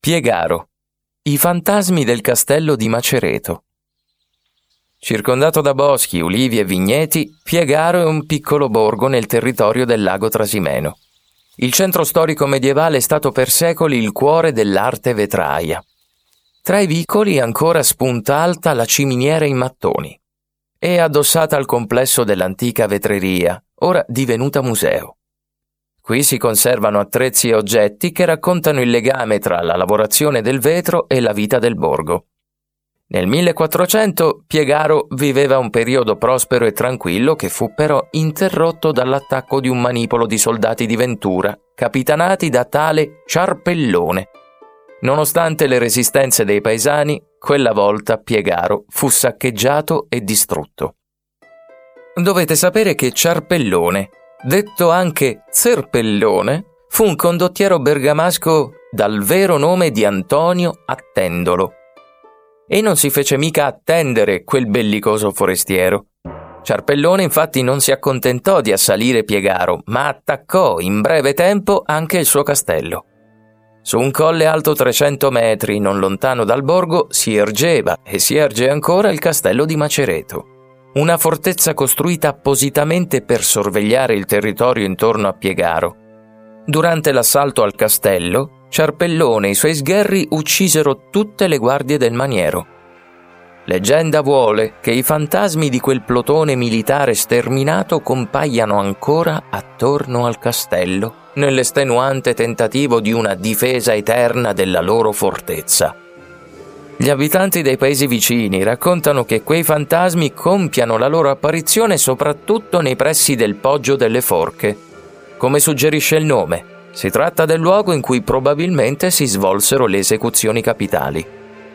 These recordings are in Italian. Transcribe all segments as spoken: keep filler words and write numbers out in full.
Piegaro. I fantasmi del castello di Macereto. Circondato da boschi, ulivi e vigneti, Piegaro è un piccolo borgo nel territorio del lago Trasimeno. Il centro storico medievale è stato per secoli il cuore dell'arte vetraia. Tra i vicoli ancora spunta alta la ciminiera in mattoni. È addossata al complesso dell'antica vetreria, ora divenuta museo. Qui si conservano attrezzi e oggetti che raccontano il legame tra la lavorazione del vetro e la vita del borgo. Nel millequattrocento Piegaro viveva un periodo prospero e tranquillo che fu però interrotto dall'attacco di un manipolo di soldati di Ventura, capitanati da tale Ciarpellone. Nonostante le resistenze dei paesani, quella volta Piegaro fu saccheggiato e distrutto. Dovete sapere che Ciarpellone, detto anche Zerpellone, fu un condottiero bergamasco dal vero nome di Antonio Attendolo. E non si fece mica attendere quel bellicoso forestiero. Ciarpellone infatti non si accontentò di assalire Piegaro, ma attaccò in breve tempo anche il suo castello. Su un colle alto trecento metri, non lontano dal borgo, si ergeva e si erge ancora il castello di Macereto. Una fortezza costruita appositamente per sorvegliare il territorio intorno a Piegaro. Durante l'assalto al castello, Ciarpellone e i suoi sgherri uccisero tutte le guardie del maniero. Leggenda vuole che i fantasmi di quel plotone militare sterminato compaiano ancora attorno al castello, nell'estenuante tentativo di una difesa eterna della loro fortezza. Gli abitanti dei paesi vicini raccontano che quei fantasmi compiano la loro apparizione soprattutto nei pressi del Poggio delle Forche. Come suggerisce il nome, si tratta del luogo in cui probabilmente si svolsero le esecuzioni capitali.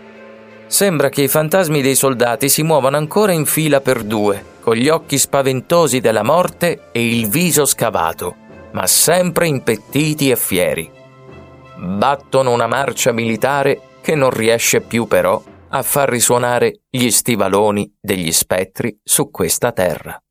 Sembra che i fantasmi dei soldati si muovano ancora in fila per due, con gli occhi spaventosi della morte e il viso scavato, ma sempre impettiti e fieri. Battono una marcia militare che non riesce più però a far risuonare gli stivaloni degli spettri su questa terra.